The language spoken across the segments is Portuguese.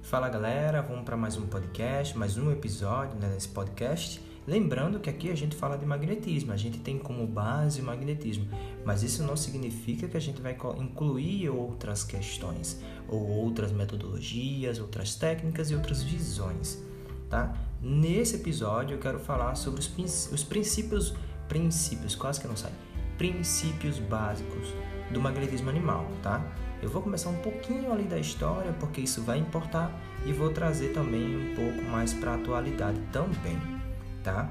Fala galera, vamos para mais um podcast, mais um episódio desse podcast. Lembrando que aqui a gente fala de magnetismo, a gente tem como base o magnetismo, mas isso não significa que a gente vai incluir outras questões, ou outras metodologias, outras técnicas e outras visões, tá? Nesse episódio eu quero falar sobre os princípios, quase que não sai, princípios básicos do magnetismo animal, tá? Eu vou começar um pouquinho ali da história, porque isso vai importar, e vou trazer também um pouco mais para a atualidade também, tá?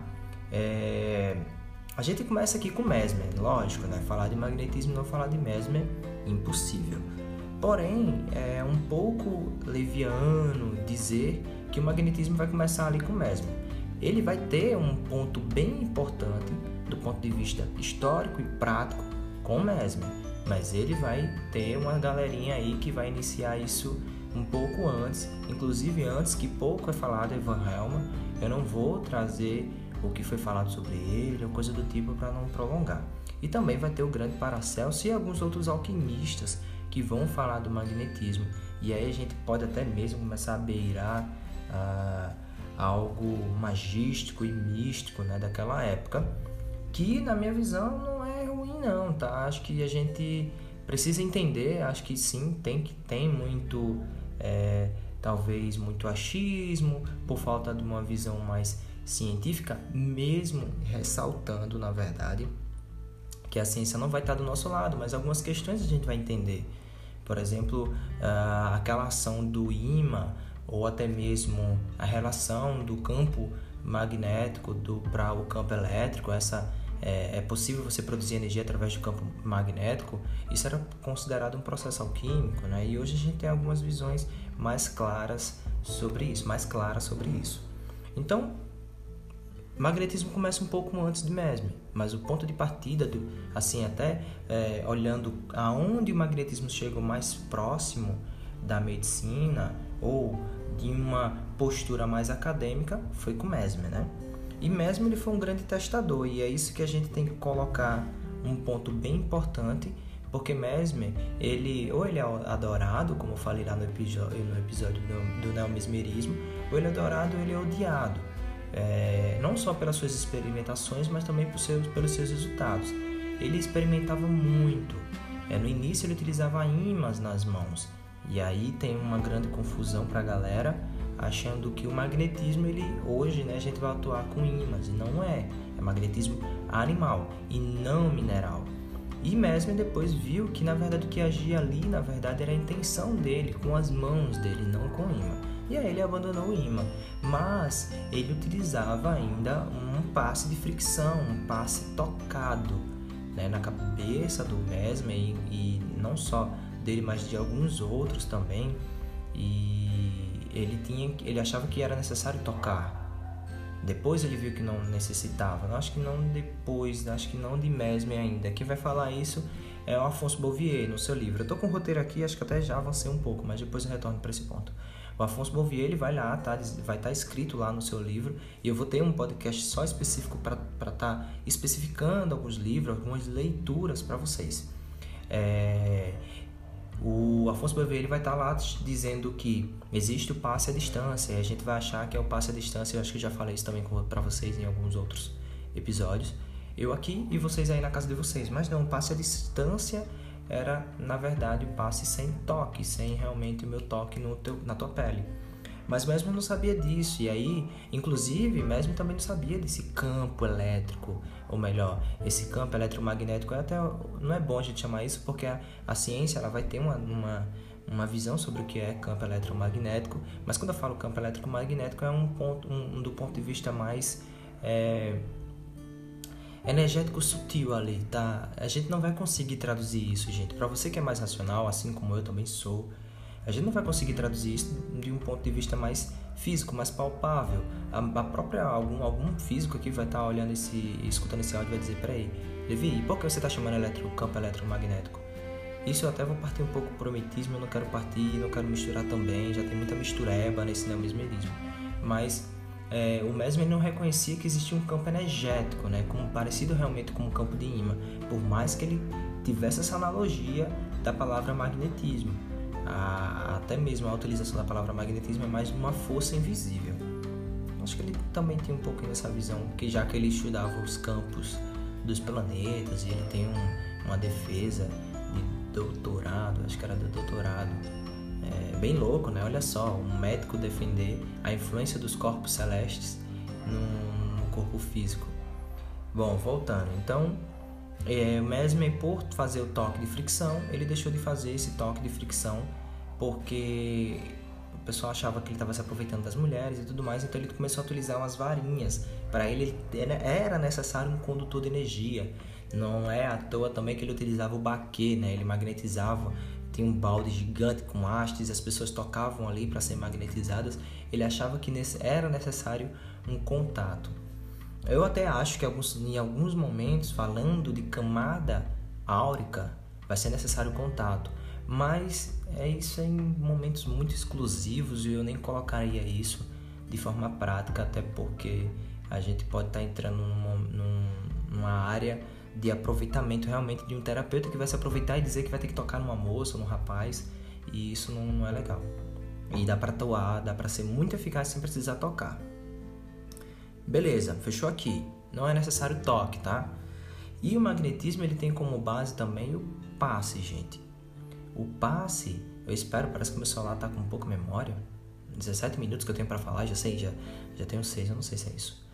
A gente começa aqui com Mesmer, lógico, né? Falar de magnetismo e não falar de Mesmer, impossível. Porém, é um pouco leviano dizer que o magnetismo vai começar ali com Mesmer. Ele vai ter um ponto bem importante do ponto de vista histórico e prático com Mesmer, mas ele vai ter uma galerinha aí que vai iniciar isso um pouco antes, inclusive antes, que pouco é falado, Van Helmont. Eu não vou trazer o que foi falado sobre ele ou coisa do tipo para não prolongar. E também vai ter o grande Paracelso e alguns outros alquimistas que vão falar do magnetismo, e aí a gente pode até mesmo começar a beirar algo magístico e místico, né, daquela época, que na minha visão não é ruim não, tá? Acho que a gente precisa entender, acho que sim, tem muito, talvez muito achismo, por falta de uma visão mais científica, mesmo ressaltando, na verdade, que a ciência não vai estar do nosso lado, mas algumas questões a gente vai entender. Por exemplo, aquela ação do ímã, ou até mesmo a relação do campo magnético para o campo elétrico, é possível você produzir energia através do campo magnético. Isso era considerado um processo alquímico, né? E hoje a gente tem algumas visões mais claras sobre isso. Então, magnetismo começa um pouco antes de Mesmer, mas o ponto de partida, olhando aonde o magnetismo chega mais próximo da medicina ou de uma postura mais acadêmica, foi com Mesmer, né? E Mesmer ele foi um grande testador, e é isso que a gente tem que colocar um ponto bem importante, porque Mesmer, ele é adorado, como eu falei lá no episódio do neomesmerismo, ou ele é adorado ou ele é odiado, não só pelas suas experimentações, mas também pelos seus resultados. Ele experimentava muito, no início ele utilizava ímãs nas mãos, e aí tem uma grande confusão para a galera, achando que o magnetismo, hoje, né, a gente vai atuar com ímãs, e não é magnetismo animal e não mineral. E Mesmer depois viu que, na verdade, o que agia ali, na verdade, era a intenção dele, com as mãos dele, não com ímã. E aí ele abandonou o ímã, mas ele utilizava ainda um passe de fricção, um passe tocado, né, na cabeça do Mesmer, e não só dele, mas de alguns outros também. E ele achava que era necessário tocar. Depois ele viu que não necessitava. Acho que não de Mesmer ainda. Quem vai falar isso é o Afonso Bouvier, no seu livro. Eu estou com o roteiro aqui, acho que até já avancei um pouco, mas depois eu retorno para esse ponto. O Afonso Bouvier, ele vai lá, vai estar escrito lá no seu livro, e eu vou ter um podcast só específico para estar especificando alguns livros, algumas leituras para vocês. O Afonso Bouvier, ele vai estar lá dizendo que existe o passe à distância, e a gente vai achar que é o passe à distância. Eu acho que eu já falei isso também para vocês em alguns outros episódios, eu aqui e vocês aí na casa de vocês, mas não, o passe à distância era, na verdade, o passe sem toque, sem realmente o meu toque na tua pele. Mas Mesmer não sabia disso, e aí, inclusive, Mesmer também não sabia desse campo elétrico, ou melhor, esse campo eletromagnético. Não é bom a gente chamar isso, porque a ciência ela vai ter uma visão sobre o que é campo eletromagnético, mas quando eu falo campo eletromagnético é do ponto de vista mais energético sutil ali, tá? A gente não vai conseguir traduzir isso, gente. Para você que é mais racional, assim como eu também sou, a gente não vai conseguir traduzir isso de um ponto de vista mais físico, mais palpável. A própria algum físico aqui vai estar olhando escutando esse áudio e vai dizer: peraí, Levi, por que você está chamando campo eletromagnético? Isso eu até vou partir um pouco pro mimetismo, eu não quero misturar também, já tem muita mistureba nesse neomesmerismo. Mas o Mesmer não reconhecia que existia um campo energético, né, parecido realmente com o campo de ímã, por mais que ele tivesse essa analogia da palavra magnetismo. até mesmo a utilização da palavra magnetismo é mais uma força invisível. Acho que ele também tem um pouquinho dessa visão, que já que ele estudava os campos dos planetas e ele tem uma defesa de doutorado, acho que era do doutorado, bem louco, né? Olha só, um médico defender a influência dos corpos celestes no corpo físico. Bom, voltando, então, Mesmer, por fazer o toque de fricção, ele deixou de fazer esse toque de fricção porque o pessoal achava que ele estava se aproveitando das mulheres e tudo mais, então ele começou a utilizar umas varinhas. Para ele era necessário um condutor de energia. Não é à toa também que ele utilizava o baquê, né? Ele magnetizava, tinha um balde gigante com hastes, as pessoas tocavam ali para serem magnetizadas. Ele achava que era necessário um contato. Eu até acho que em alguns momentos, falando de camada áurica, vai ser necessário contato. Mas isso em momentos muito exclusivos e eu nem colocaria isso de forma prática, até porque a gente pode estar entrando numa área de aproveitamento realmente de um terapeuta que vai se aproveitar e dizer que vai ter que tocar numa moça, num rapaz, e isso não é legal. E dá para atuar, dá para ser muito eficaz sem precisar tocar. Beleza, fechou aqui. Não é necessário toque, tá? E o magnetismo, ele tem como base também o passe, gente. O passe, eu espero, parece que meu celular tá com um pouco de memória. 17 minutos que eu tenho para falar, já tenho 6, eu não sei se é isso.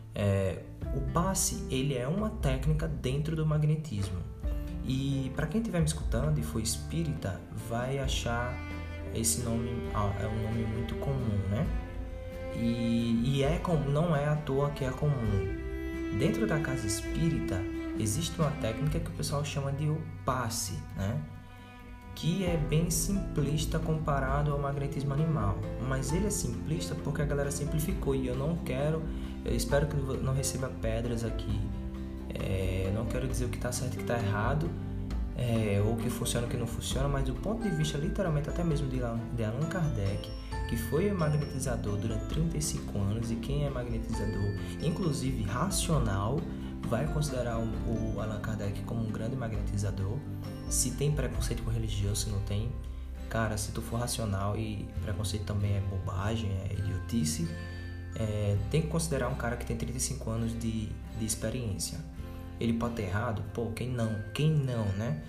O passe, ele é uma técnica dentro do magnetismo. E para quem estiver me escutando e for espírita, vai achar esse nome, é um nome muito comum, né? E não é à toa que é comum. Dentro da casa espírita, existe uma técnica que o pessoal chama de o passe, né? Que é bem simplista comparado ao magnetismo animal. Mas ele é simplista porque a galera simplificou e eu espero que não receba pedras aqui. Não quero dizer o que está certo e o que está errado, ou o que funciona e o que não funciona, mas do ponto de vista literalmente até mesmo de Allan Kardec, que foi magnetizador durante 35 anos, e quem é magnetizador, inclusive racional, vai considerar o Allan Kardec como um grande magnetizador. Se tem preconceito com religioso, se não tem, cara, se tu for racional, e preconceito também é bobagem, é idiotice, tem que considerar um cara que tem 35 anos de experiência. Ele pode ter errado? Pô, quem não, né?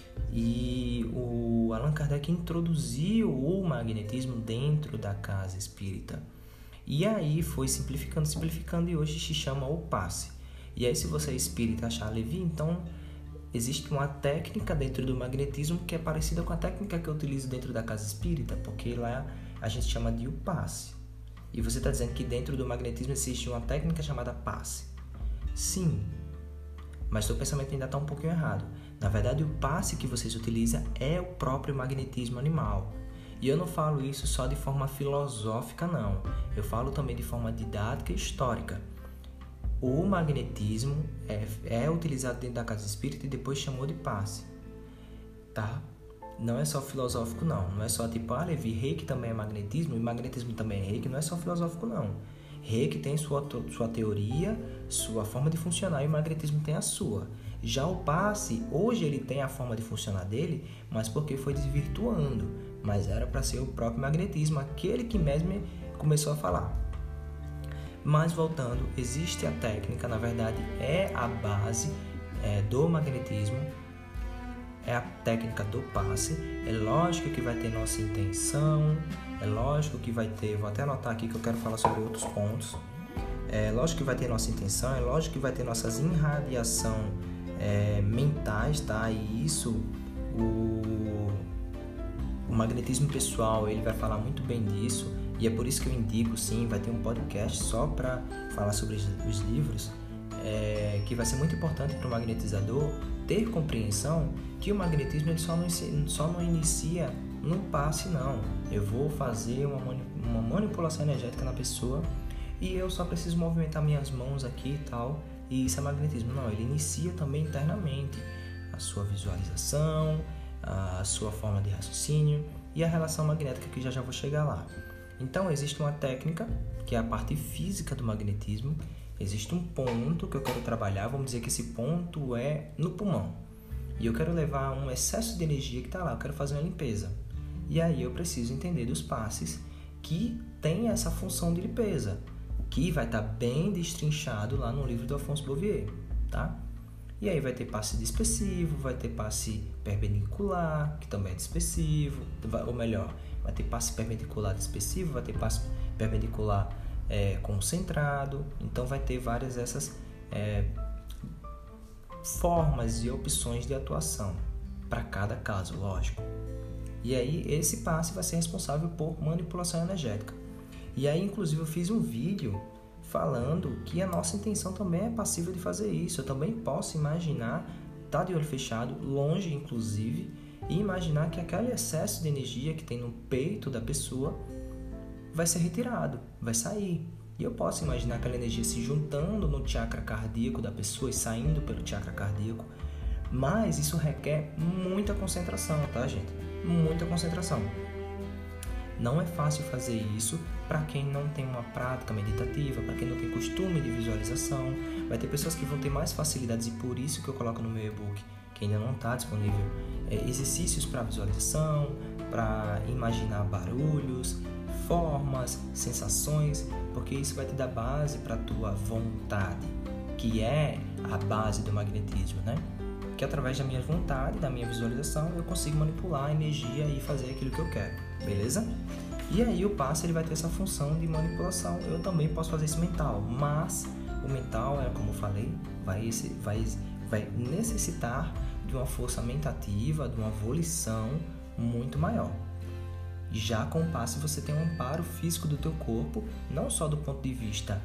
E o Allan Kardec introduziu o magnetismo dentro da casa espírita. E aí foi simplificando e hoje se chama o passe. E aí, se você é espírita achar Levi, então existe uma técnica dentro do magnetismo que é parecida com a técnica que eu utilizo dentro da casa espírita, porque lá a gente chama de o passe. E você está dizendo que dentro do magnetismo existe uma técnica chamada passe. Sim, mas seu pensamento ainda está um pouquinho errado. Na verdade, o passe que vocês utilizam é o próprio magnetismo animal. E eu não falo isso só de forma filosófica, não. Eu falo também de forma didática e histórica. O magnetismo é utilizado dentro da casa espírita e depois chamou de passe, tá? Não é só filosófico, não é só tipo, Levi, Reiki também é magnetismo e magnetismo também é Reiki, não é só filosófico, não. Reiki tem sua teoria, sua forma de funcionar, e o magnetismo tem a sua. Já o passe, hoje ele tem a forma de funcionar dele, mas porque foi desvirtuando, mas era para ser o próprio magnetismo, aquele que Mesmer começou a falar. Mas voltando, existe a técnica, na verdade é a base do magnetismo, é a técnica do passe. É lógico que vai ter nossa intenção, é lógico que vai ter, vou até anotar aqui que eu quero falar sobre outros pontos. É lógico que vai ter nossa intenção, é lógico que vai ter nossas irradiação mentais, tá? E isso, o magnetismo pessoal, ele vai falar muito bem disso. E é por isso que eu indico, sim, vai ter um podcast só para falar sobre os livros, que vai ser muito importante para o magnetizador ter compreensão que o magnetismo ele só não inicia no passe, não. Eu vou fazer uma manipulação energética na pessoa e eu só preciso movimentar minhas mãos aqui e tal, e isso é magnetismo. Não, ele inicia também internamente a sua visualização, a sua forma de raciocínio e a relação magnética, que já vou chegar lá. Então, existe uma técnica, que é a parte física do magnetismo. Existe um ponto que eu quero trabalhar, vamos dizer que esse ponto é no pulmão. E eu quero levar um excesso de energia que está lá, eu quero fazer uma limpeza. E aí eu preciso entender dos passes que tem essa função de limpeza, que vai estar bem destrinchado lá no livro do Alphonse Bouvier, tá? E aí vai ter passe dispersivo, vai ter passe perpendicular, que também é dispersivo, ou melhor, vai ter passe perpendicular dispersivo, vai ter passe perpendicular concentrado. Então vai ter várias essas formas e opções de atuação para cada caso, lógico. E aí esse passe vai ser responsável por manipulação energética. E aí inclusive eu fiz um vídeo falando que a nossa intenção também é passível de fazer isso. Eu também posso imaginar, tá de olho fechado, longe inclusive, e imaginar que aquele excesso de energia que tem no peito da pessoa vai ser retirado, vai sair. E eu posso imaginar aquela energia se juntando no chakra cardíaco da pessoa e saindo pelo chakra cardíaco. Mas isso requer muita concentração, tá, gente? Muita concentração. Não é fácil fazer isso para quem não tem uma prática meditativa, para quem não tem costume de visualização. Vai ter pessoas que vão ter mais facilidades, e por isso que eu coloco no meu e-book, que ainda não está disponível, exercícios para visualização, para imaginar barulhos, formas, sensações, porque isso vai te dar base para a tua vontade, que é a base do magnetismo, né? Que através da minha vontade, da minha visualização, eu consigo manipular a energia e fazer aquilo que eu quero, beleza? E aí o passe ele vai ter essa função de manipulação. Eu também posso fazer isso mental, mas o mental, como eu falei, vai necessitar de uma força mentativa, de uma volição muito maior. Já com o passe você tem um amparo físico do teu corpo, não só do ponto de vista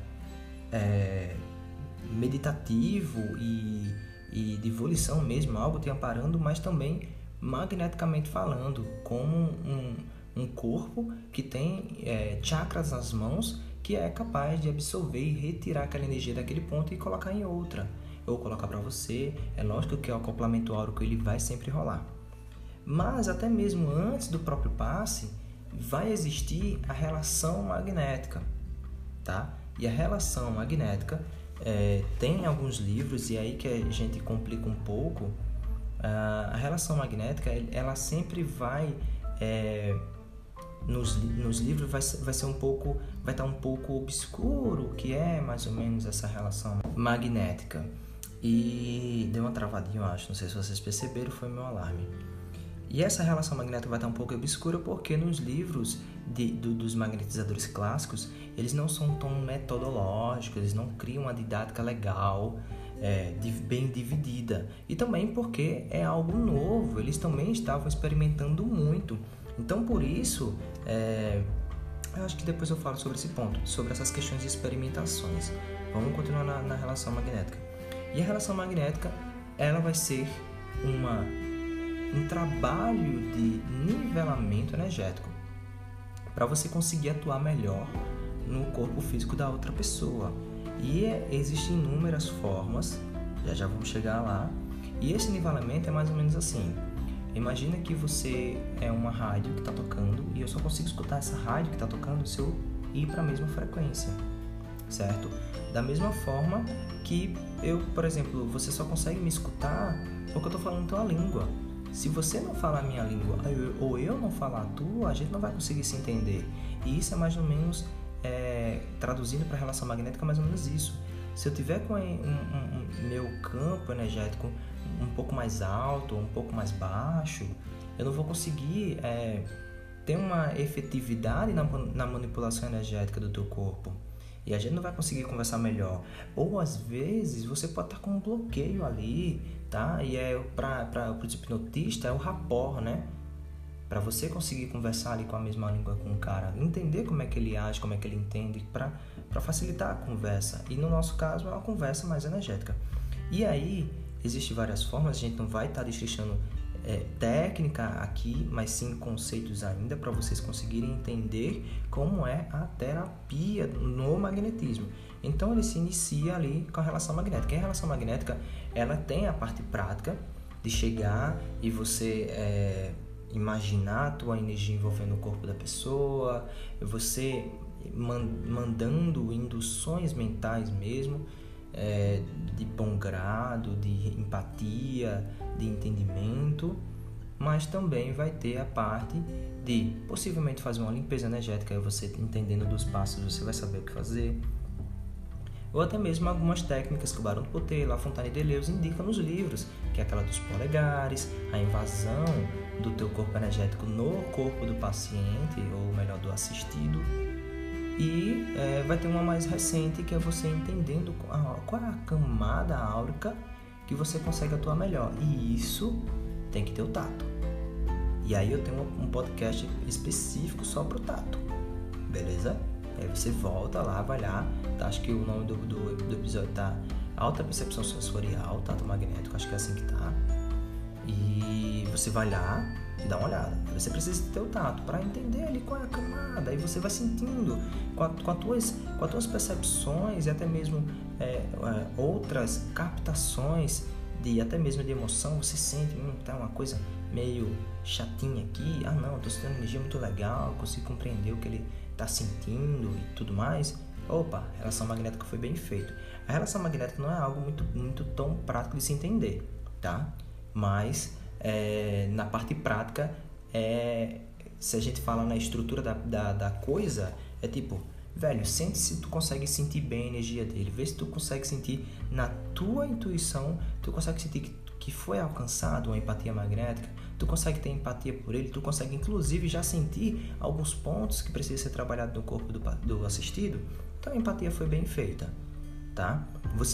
meditativo e de volição mesmo, algo te amparando, mas também magneticamente falando, como um corpo que tem chakras nas mãos, que é capaz de absorver e retirar aquela energia daquele ponto e colocar em outra, ou colocar para você. É lógico que o acoplamento áurico ele vai sempre rolar, mas até mesmo antes do próprio passe vai existir a relação magnética, tá? E a relação magnética tem alguns livros, e aí que a gente complica um pouco. A relação magnética ela sempre vai nos livros vai estar um pouco obscuro o que é mais ou menos essa relação magnética. E deu uma travadinha, eu acho, não sei se vocês perceberam, foi meu alarme. E essa relação magnética vai estar um pouco obscura porque nos livros dos magnetizadores clássicos, eles não são tão metodológicos, eles não criam uma didática legal, bem dividida. E também porque é algo novo, eles também estavam experimentando muito. Então, por isso, eu acho que depois eu falo sobre esse ponto, sobre essas questões de experimentações. Vamos continuar na relação magnética. E a relação magnética, ela vai ser um trabalho de nivelamento energético para você conseguir atuar melhor no corpo físico da outra pessoa. E existem inúmeras formas, já vamos chegar lá. E esse nivelamento é mais ou menos assim. Imagina que você é uma rádio que está tocando e eu só consigo escutar essa rádio que está tocando se eu ir para a mesma frequência, certo? Da mesma forma que eu, por exemplo, você só consegue me escutar porque eu estou falando tua língua. Se você não falar a minha língua ou eu não falar a tua, a gente não vai conseguir se entender. E isso é mais ou menos, traduzindo para a relação magnética, é mais ou menos isso. Se eu tiver com meu campo energético um pouco mais alto ou um pouco mais baixo, eu não vou conseguir ter uma efetividade na manipulação energética do teu corpo. E a gente não vai conseguir conversar melhor. Ou às vezes você pode estar com um bloqueio ali, tá? E para o hipnotista é o rapport, né? Para você conseguir conversar ali com a mesma língua com o cara, entender como é que ele age, como é que ele entende, para facilitar a conversa. E no nosso caso é uma conversa mais energética. E aí existem várias formas, a gente não vai estar destrinchando técnica aqui, mas sim conceitos ainda para vocês conseguirem entender como é a terapia no magnetismo. Então ele se inicia ali com a relação magnética. E a relação magnética ela tem a parte prática de chegar e você imaginar a tua energia envolvendo o corpo da pessoa, você mandando induções mentais mesmo, de bom grado, de empatia, de entendimento, mas também vai ter a parte de possivelmente fazer uma limpeza energética, aí você entendendo dos passos, você vai saber o que fazer. Ou até mesmo algumas técnicas que o Barão do Potter, La Fontaine de Deleuze indica nos livros, que é aquela dos polegares, a invasão do teu corpo energético no corpo do paciente, ou melhor, do assistido. E vai ter uma mais recente, que é você entendendo qual é a camada áurica que você consegue atuar melhor. E isso tem que ter o tato. E aí eu tenho um podcast específico só pro tato, beleza? Aí você volta lá, vai lá, tá? Acho que o nome do episódio tá Alta Percepção Sensorial, Tato Magnético, acho que é assim que tá. E você vai lá e dá uma olhada. Você precisa ter o tato para entender ali qual é a camada. Aí você vai sentindo com as tuas percepções e até mesmo outras captações até mesmo de emoção. Você sente, tá uma coisa meio chatinha aqui. Não, tô sentindo energia muito legal, consigo compreender o que ele tá sentindo e tudo mais. Opa, a relação magnética foi bem feita. A relação magnética não é algo muito tão prático de se entender, tá? Mas na parte prática, se a gente fala na estrutura da coisa, é tipo, velho, sente se tu consegue sentir bem a energia dele, vê se tu consegue sentir na tua intuição, tu consegue sentir que foi alcançado uma empatia magnética, tu consegue ter empatia por ele, tu consegue inclusive já sentir alguns pontos que precisam ser trabalhados no corpo do assistido. Então a empatia foi bem feita, tá?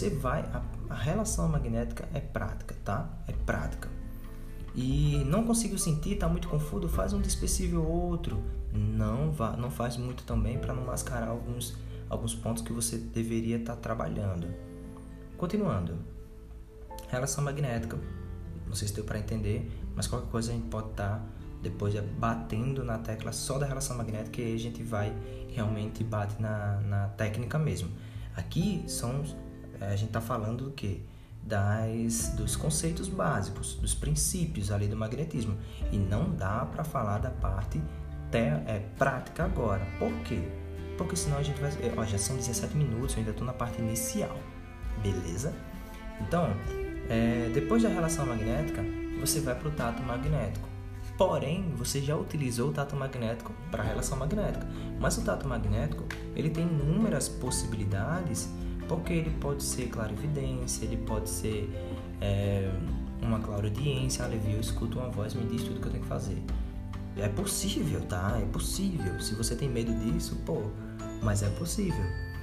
A relação magnética é prática, tá? É prática. E não conseguiu sentir, tá muito confuso, faz um dispersível outro. Não faz muito também para não mascarar alguns pontos que você deveria estar trabalhando. Continuando. Relação magnética. Não sei se deu para entender, mas qualquer coisa a gente pode estar depois batendo na tecla só da relação magnética, e aí a gente vai realmente bate na técnica mesmo. Aqui a gente está falando do quê? Dos conceitos básicos, dos princípios ali do magnetismo, e não dá para falar da parte prática agora. Por quê? Porque senão a gente vai... já são 17 minutos, eu ainda estou na parte inicial, beleza? Então, depois da relação magnética, você vai para o tato magnético. Porém, você já utilizou o tato magnético para a relação magnética, mas o tato magnético ele tem inúmeras possibilidades, porque ele pode ser clarividência, ele pode ser uma clareaudiência, eu escuto uma voz, me diz tudo que eu tenho que fazer. É possível, tá? É possível. Se você tem medo disso, mas é possível.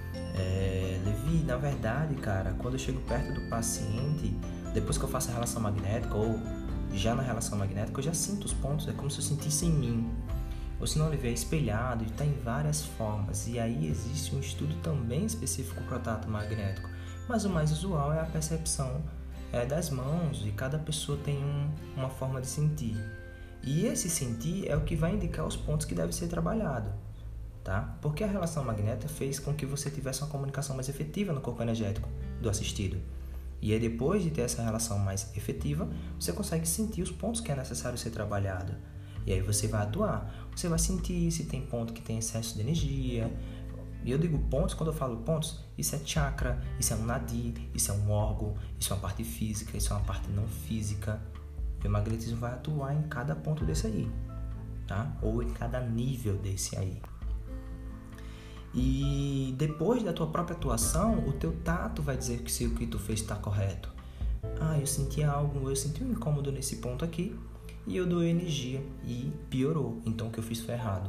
Levi, na verdade, cara, quando eu chego perto do paciente, depois que eu faço a relação magnética, ou já na relação magnética, eu já sinto os pontos, é como se eu sentisse em mim. Ou se não, Levi, é espelhado e está em várias formas. E aí existe um estudo também específico para o tato magnético. Mas o mais usual é a percepção das mãos, e cada pessoa tem uma forma de sentir. E esse sentir é o que vai indicar os pontos que devem ser trabalhados, tá? Porque a relação magnética fez com que você tivesse uma comunicação mais efetiva no corpo energético do assistido. E aí, depois de ter essa relação mais efetiva, você consegue sentir os pontos que é necessário ser trabalhado. E aí você vai atuar. Você vai sentir se tem ponto que tem excesso de energia. E eu digo pontos, quando eu falo pontos, isso é chakra, isso é um nadi, isso é um órgão, isso é uma parte física, isso é uma parte não física. E o magnetismo vai atuar em cada ponto desse aí, tá? Ou em cada nível desse aí. E depois da tua própria atuação, o teu tato vai dizer que se o que tu fez está correto. Eu senti algo, eu senti um incômodo nesse ponto aqui, e eu doei energia e piorou, então o que eu fiz foi errado.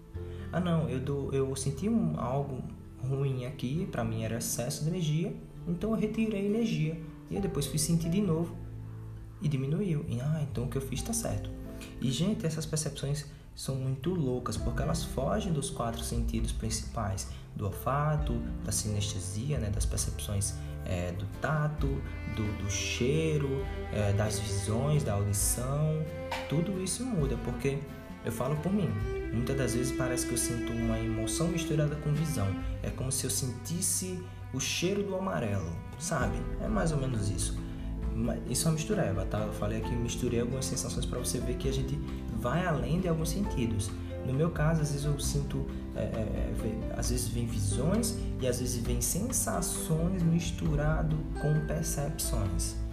Eu senti algo ruim aqui, para mim era excesso de energia, então eu retirei energia, e eu depois fui sentir de novo e diminuiu. Então o que eu fiz está certo. E gente, essas percepções são muito loucas, porque elas fogem dos 4 sentidos principais, do olfato, da sinestesia, né, das percepções do tato, do cheiro, das visões, da audição. Tudo isso muda, porque eu falo por mim, muitas das vezes parece que eu sinto uma emoção misturada com visão. É como se eu sentisse o cheiro do amarelo, sabe? É mais ou menos isso. Isso é uma mistureba, tá? Eu falei aqui, misturei algumas sensações para você ver que a gente vai além de alguns sentidos. No meu caso, às vezes eu sinto, às vezes vem visões e às vezes vem sensações misturado com percepções.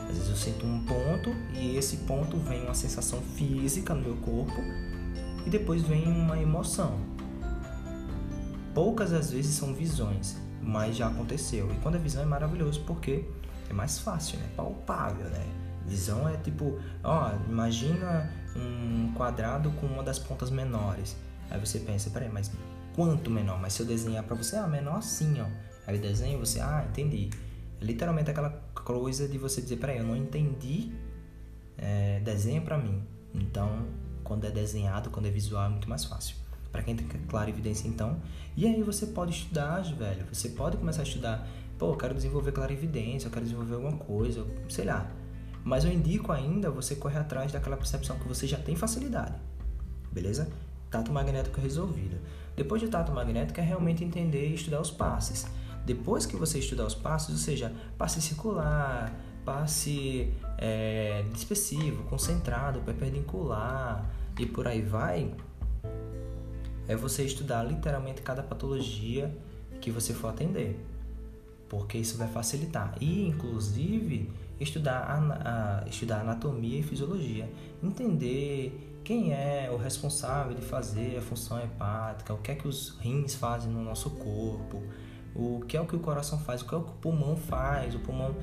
Às vezes eu sinto um ponto e esse ponto vem uma sensação física no meu corpo e depois vem uma emoção. Poucas às vezes são visões, mas já aconteceu. E quando é visão é maravilhoso porque é mais fácil, né? Palpável, né? Visão é tipo, imagina um quadrado com uma das pontas menores. Aí você pensa, peraí, mas quanto menor? Mas se eu desenhar pra você, menor assim, ó. Aí eu desenho, você, entendi. É literalmente aquela coisa de você dizer, peraí, eu não entendi, desenha pra mim. Então, quando é desenhado, quando é visual, é muito mais fácil. Pra quem tem clarividência, então. E aí você pode estudar, velho. Você pode começar a estudar. Pô, eu quero desenvolver clarividência, eu quero desenvolver alguma coisa, sei lá. Mas eu indico ainda você correr atrás daquela percepção que você já tem facilidade. Beleza? Tato magnético resolvido. Depois de tato magnético é realmente entender e estudar os passes. Depois que você estudar os passes, ou seja, passe circular, passe dispersivo, concentrado, perpendicular e por aí vai, é você estudar literalmente cada patologia que você for atender, porque isso vai facilitar. E, inclusive, estudar anatomia e fisiologia, entender quem é o responsável de fazer a função hepática, o que é que os rins fazem no nosso corpo, o que é o que o coração faz, o que é o que o pulmão faz. O pulmão,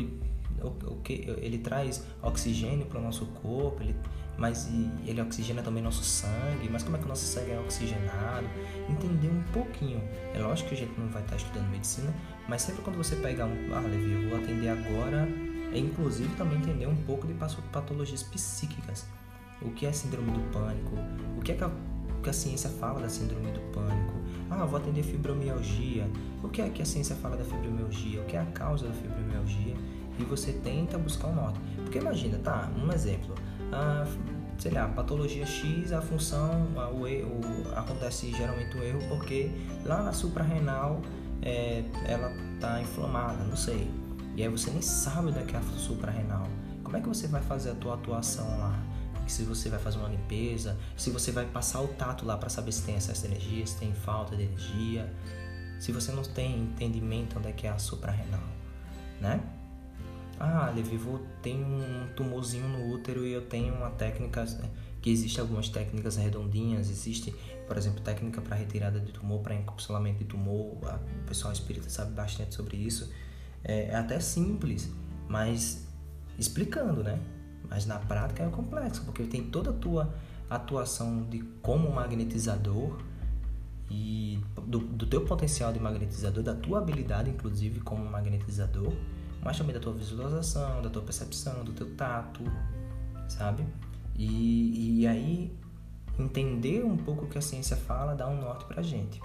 ele traz oxigênio para o nosso corpo, mas ele oxigena também nosso sangue. Mas como é que o nosso sangue é oxigenado? Entender um pouquinho. É lógico que a gente não vai estar estudando medicina, mas sempre quando você pegar Levi, eu vou atender agora, inclusive também entender um pouco de patologias psíquicas. O que é síndrome do pânico? O que é que a ciência fala da síndrome do pânico? Vou atender fibromialgia. O que é que a ciência fala da fibromialgia? O que é a causa da fibromialgia? E você tenta buscar um norte. Porque imagina, um exemplo. Sei lá, patologia X, a função, acontece geralmente um erro porque lá na suprarrenal ela está inflamada, não sei. E aí você nem sabe onde é que é a suprarrenal. Como é que você vai fazer a tua atuação lá? Se você vai fazer uma limpeza, se você vai passar o tato lá para saber se tem excesso de energia, se tem falta de energia, se você não tem entendimento onde é que é a suprarrenal, né? Levi, tem um tumorzinho no útero e eu tenho uma técnica, que existe algumas técnicas redondinhas, existe, por exemplo, técnica para retirada de tumor, para encapsulamento de tumor, o pessoal espírita sabe bastante sobre isso, é até simples, mas explicando, né? Mas na prática é complexo, porque tem toda a tua atuação de como magnetizador e do teu potencial de magnetizador, da tua habilidade, inclusive, como magnetizador, mas também da tua visualização, da tua percepção, do teu tato, sabe? E aí, entender um pouco o que a ciência fala dá um norte pra gente.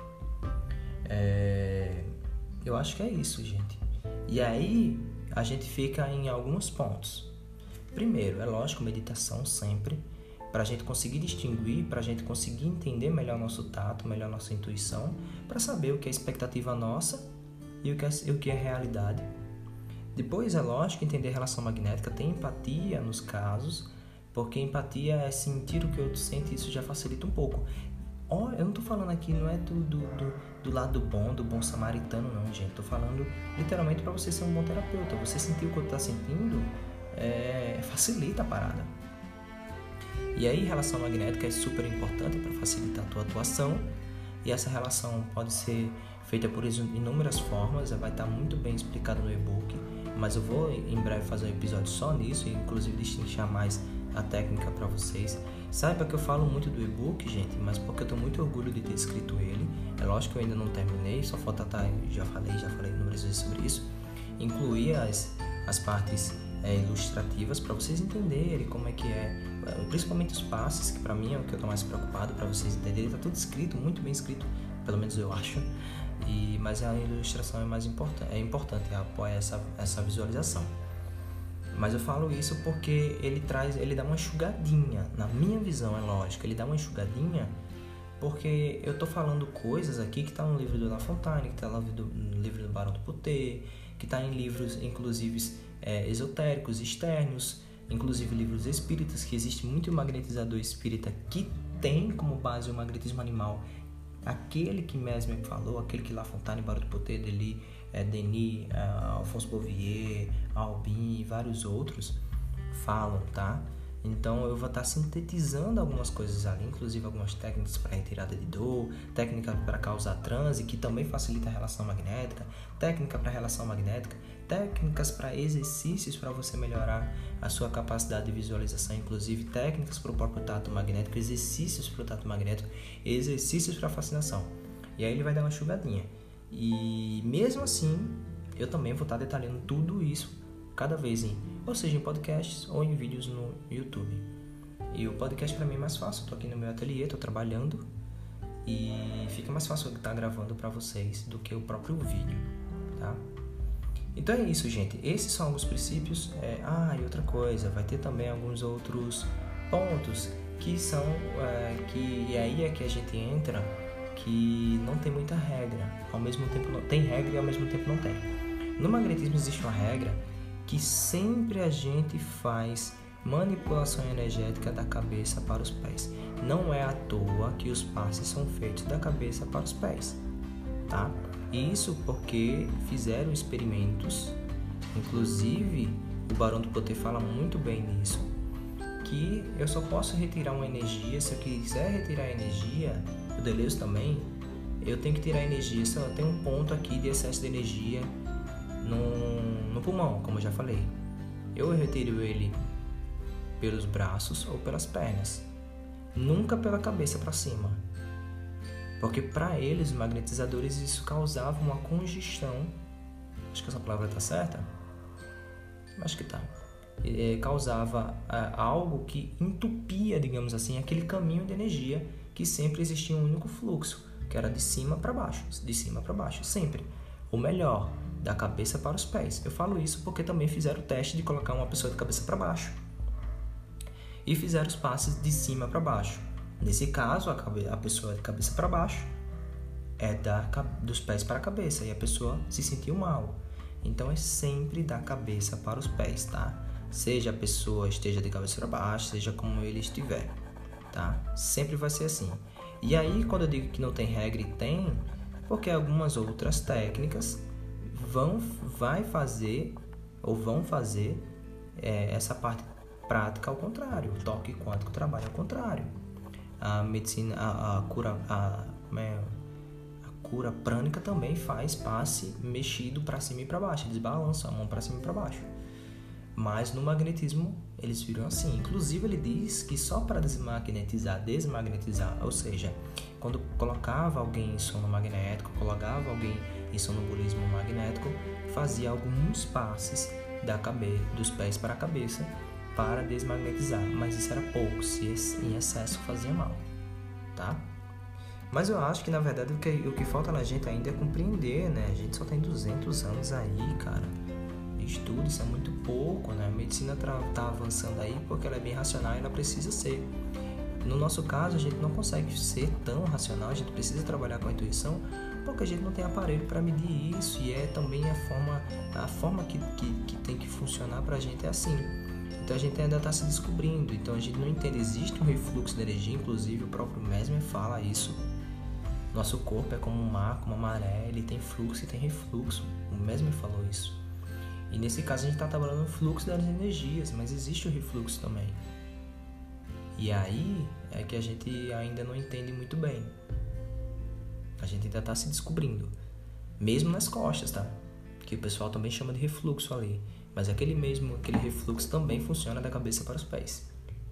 Eu acho que é isso, gente. E aí, a gente fica em alguns pontos. Primeiro, é lógico, meditação sempre, para a gente conseguir distinguir, para a gente conseguir entender melhor nosso tato, melhor nossa intuição, para saber o que é expectativa nossa e o que é realidade. Depois, é lógico, entender a relação magnética, ter empatia nos casos, porque empatia é sentir o que o outro sente e isso já facilita um pouco. Eu não estou falando aqui, não é do lado bom, do bom samaritano, não, gente. Estou falando literalmente para você ser um bom terapeuta. Você sentir o que o outro está sentindo, facilita a parada. E aí, relação magnética é super importante para facilitar a tua atuação, e essa relação pode ser feita por inúmeras formas, vai estar muito bem explicado no e-book, mas eu vou em breve fazer um episódio só nisso, e inclusive destrinchar mais a técnica para vocês. Saiba que eu falo muito do e-book, gente, mas porque eu tenho muito orgulho de ter escrito ele. É lógico que eu ainda não terminei, só falta já falei inúmeras vezes sobre isso. Incluir as partes ilustrativas para vocês entenderem como é que é, principalmente os passes, que para mim é o que eu estou mais preocupado, para vocês entenderem. Está tudo escrito, muito bem escrito, pelo menos eu acho, mas a ilustração é mais importante, apoia essa visualização. Mas eu falo isso porque ele dá uma enxugadinha, na minha visão, é lógico, ele dá uma enxugadinha porque eu estou falando coisas aqui que está no livro do La Fontaine, que está no livro do Barão do Putet, que está em livros, inclusive, esotéricos, externos, inclusive livros espíritas, que existe muito magnetizador espírita que tem como base o magnetismo animal. Aquele que Mesmer falou, aquele que La Fontaine, Barão do Putet, Deli, Denis, Alphonse Bouvier, Albin e vários outros falam, tá? Então eu vou estar sintetizando algumas coisas ali, inclusive algumas técnicas para retirada de dor, técnica para causar transe, que também facilita a relação magnética, técnica para relação magnética, técnicas para exercícios para você melhorar a sua capacidade de visualização, inclusive técnicas para o próprio tato magnético, exercícios para o tato magnético, exercícios para fascinação. E aí ele vai dar uma enxugadinha. E mesmo assim, eu também vou estar detalhando tudo isso cada vez ou seja, em podcasts ou em vídeos no YouTube. E o podcast para mim é mais fácil, estou aqui no meu ateliê, estou trabalhando e fica mais fácil eu estar gravando para vocês do que o próprio vídeo, tá? Então é isso, gente. Esses são alguns princípios. E outra coisa, vai ter também alguns outros pontos que são que aí é que a gente entra, que não tem muita regra, ao mesmo tempo não tem regra e ao mesmo tempo não tem. No magnetismo existe uma regra que sempre a gente faz manipulação energética da cabeça para os pés. Não é à toa que os passes são feitos da cabeça para os pés, tá? Isso porque fizeram experimentos, inclusive o Barão do Poder fala muito bem nisso, que eu só posso retirar uma energia, se eu quiser retirar a energia, o Deleuze também, eu tenho que tirar a energia, se eu tenho um ponto aqui de excesso de energia no pulmão, como eu já falei. Eu retiro ele pelos braços ou pelas pernas, nunca pela cabeça para cima, porque para eles, os magnetizadores, isso causava uma congestão. Acho que essa palavra está certa? Acho que tá. Causava algo que entupia, digamos assim, aquele caminho de energia que sempre existia um único fluxo, que era de cima para baixo, sempre. Ou melhor, da cabeça para os pés. Eu falo isso porque também fizeram o teste de colocar uma pessoa de cabeça para baixo e fizeram os passes de cima para baixo. Nesse caso, a pessoa de cabeça para baixo é dos pés para a cabeça e a pessoa se sentiu mal. Então é sempre da cabeça para os pés, tá? Seja a pessoa esteja de cabeça para baixo, seja como ele estiver, tá? Sempre vai ser assim. E aí, quando eu digo que não tem regra, e tem, porque algumas outras técnicas vão fazer essa parte prática ao contrário. O toque quântico trabalha ao contrário. A medicina, a cura prânica também faz passe mexido para cima e para baixo, eles balançam a mão para cima e para baixo. Mas no magnetismo eles viram assim. Inclusive ele diz que só para desmagnetizar, ou seja, quando colocava alguém em sono magnético, colocava alguém em sonambulismo magnético, fazia alguns passes dos pés para a cabeça para desmagnetizar, mas isso era pouco, se em excesso fazia mal, tá? Mas eu acho que na verdade o que falta na gente ainda é compreender, né? A gente só tem 200 anos aí, cara. Estudo, isso é muito pouco, né? A medicina tá avançando aí porque ela é bem racional e ela precisa ser. No nosso caso, a gente não consegue ser tão racional, a gente precisa trabalhar com a intuição porque a gente não tem aparelho para medir isso e é também a forma que tem que funcionar pra gente é assim. Então a gente ainda está se descobrindo, então a gente não entende, existe um refluxo de energia, inclusive o próprio Mesmer fala isso. Nosso corpo é como um mar, como uma maré, ele tem fluxo e tem refluxo, o Mesmer falou isso. E nesse caso a gente está trabalhando no fluxo das energias, mas existe o refluxo também. E aí é que a gente ainda não entende muito bem. A gente ainda está se descobrindo, mesmo nas costas, tá? Que o pessoal também chama de refluxo ali. Mas aquele refluxo também funciona da cabeça para os pés.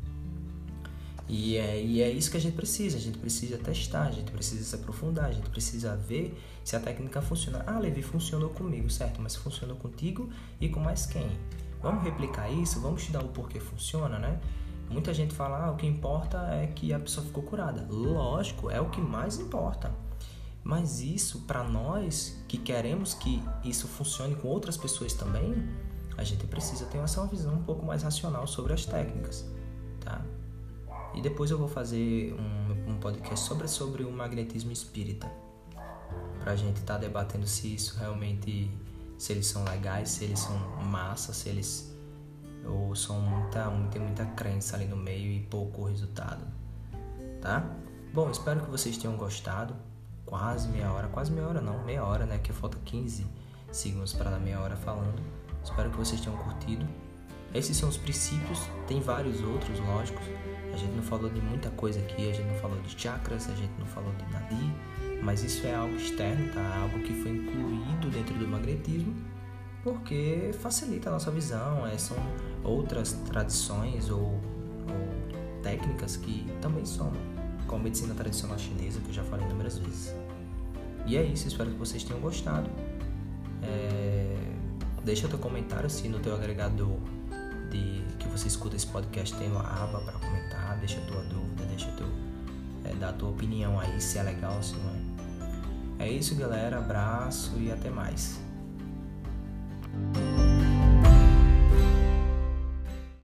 E é isso que a gente precisa testar, a gente precisa se aprofundar, a gente precisa ver se a técnica funciona. Levi, funcionou comigo, certo? Mas funcionou contigo e com mais quem? Vamos replicar isso, vamos estudar o porquê funciona, né? Muita gente fala, o que importa é que a pessoa ficou curada. Lógico, é o que mais importa. Mas isso, para nós que queremos que isso funcione com outras pessoas também, a gente precisa ter uma visão um pouco mais racional sobre as técnicas, tá? E depois eu vou fazer um podcast sobre o magnetismo espírita, pra gente estar debatendo se isso realmente, se eles são legais, se eles são massa, se eles ou são tem muita crença ali no meio e pouco resultado, tá? Bom, espero que vocês tenham gostado. Quase meia hora não, meia hora, né? Que falta 15 seguimos para a meia hora falando. Espero que vocês tenham curtido. Esses são os princípios, tem vários outros, lógicos. A gente não falou de muita coisa aqui, a gente não falou de chakras, a gente não falou de nadi, mas isso é algo externo, tá? Algo que foi incluído dentro do magnetismo, porque facilita a nossa visão. São outras tradições ou técnicas que também somam, com a medicina tradicional chinesa, que eu já falei inúmeras vezes. E é isso, espero que vocês tenham gostado. Deixa teu comentário se no teu agregador que você escuta esse podcast tem uma aba para comentar. Deixa a tua dúvida, dá a tua opinião aí, se é legal ou se não é. É isso, galera, abraço e até mais.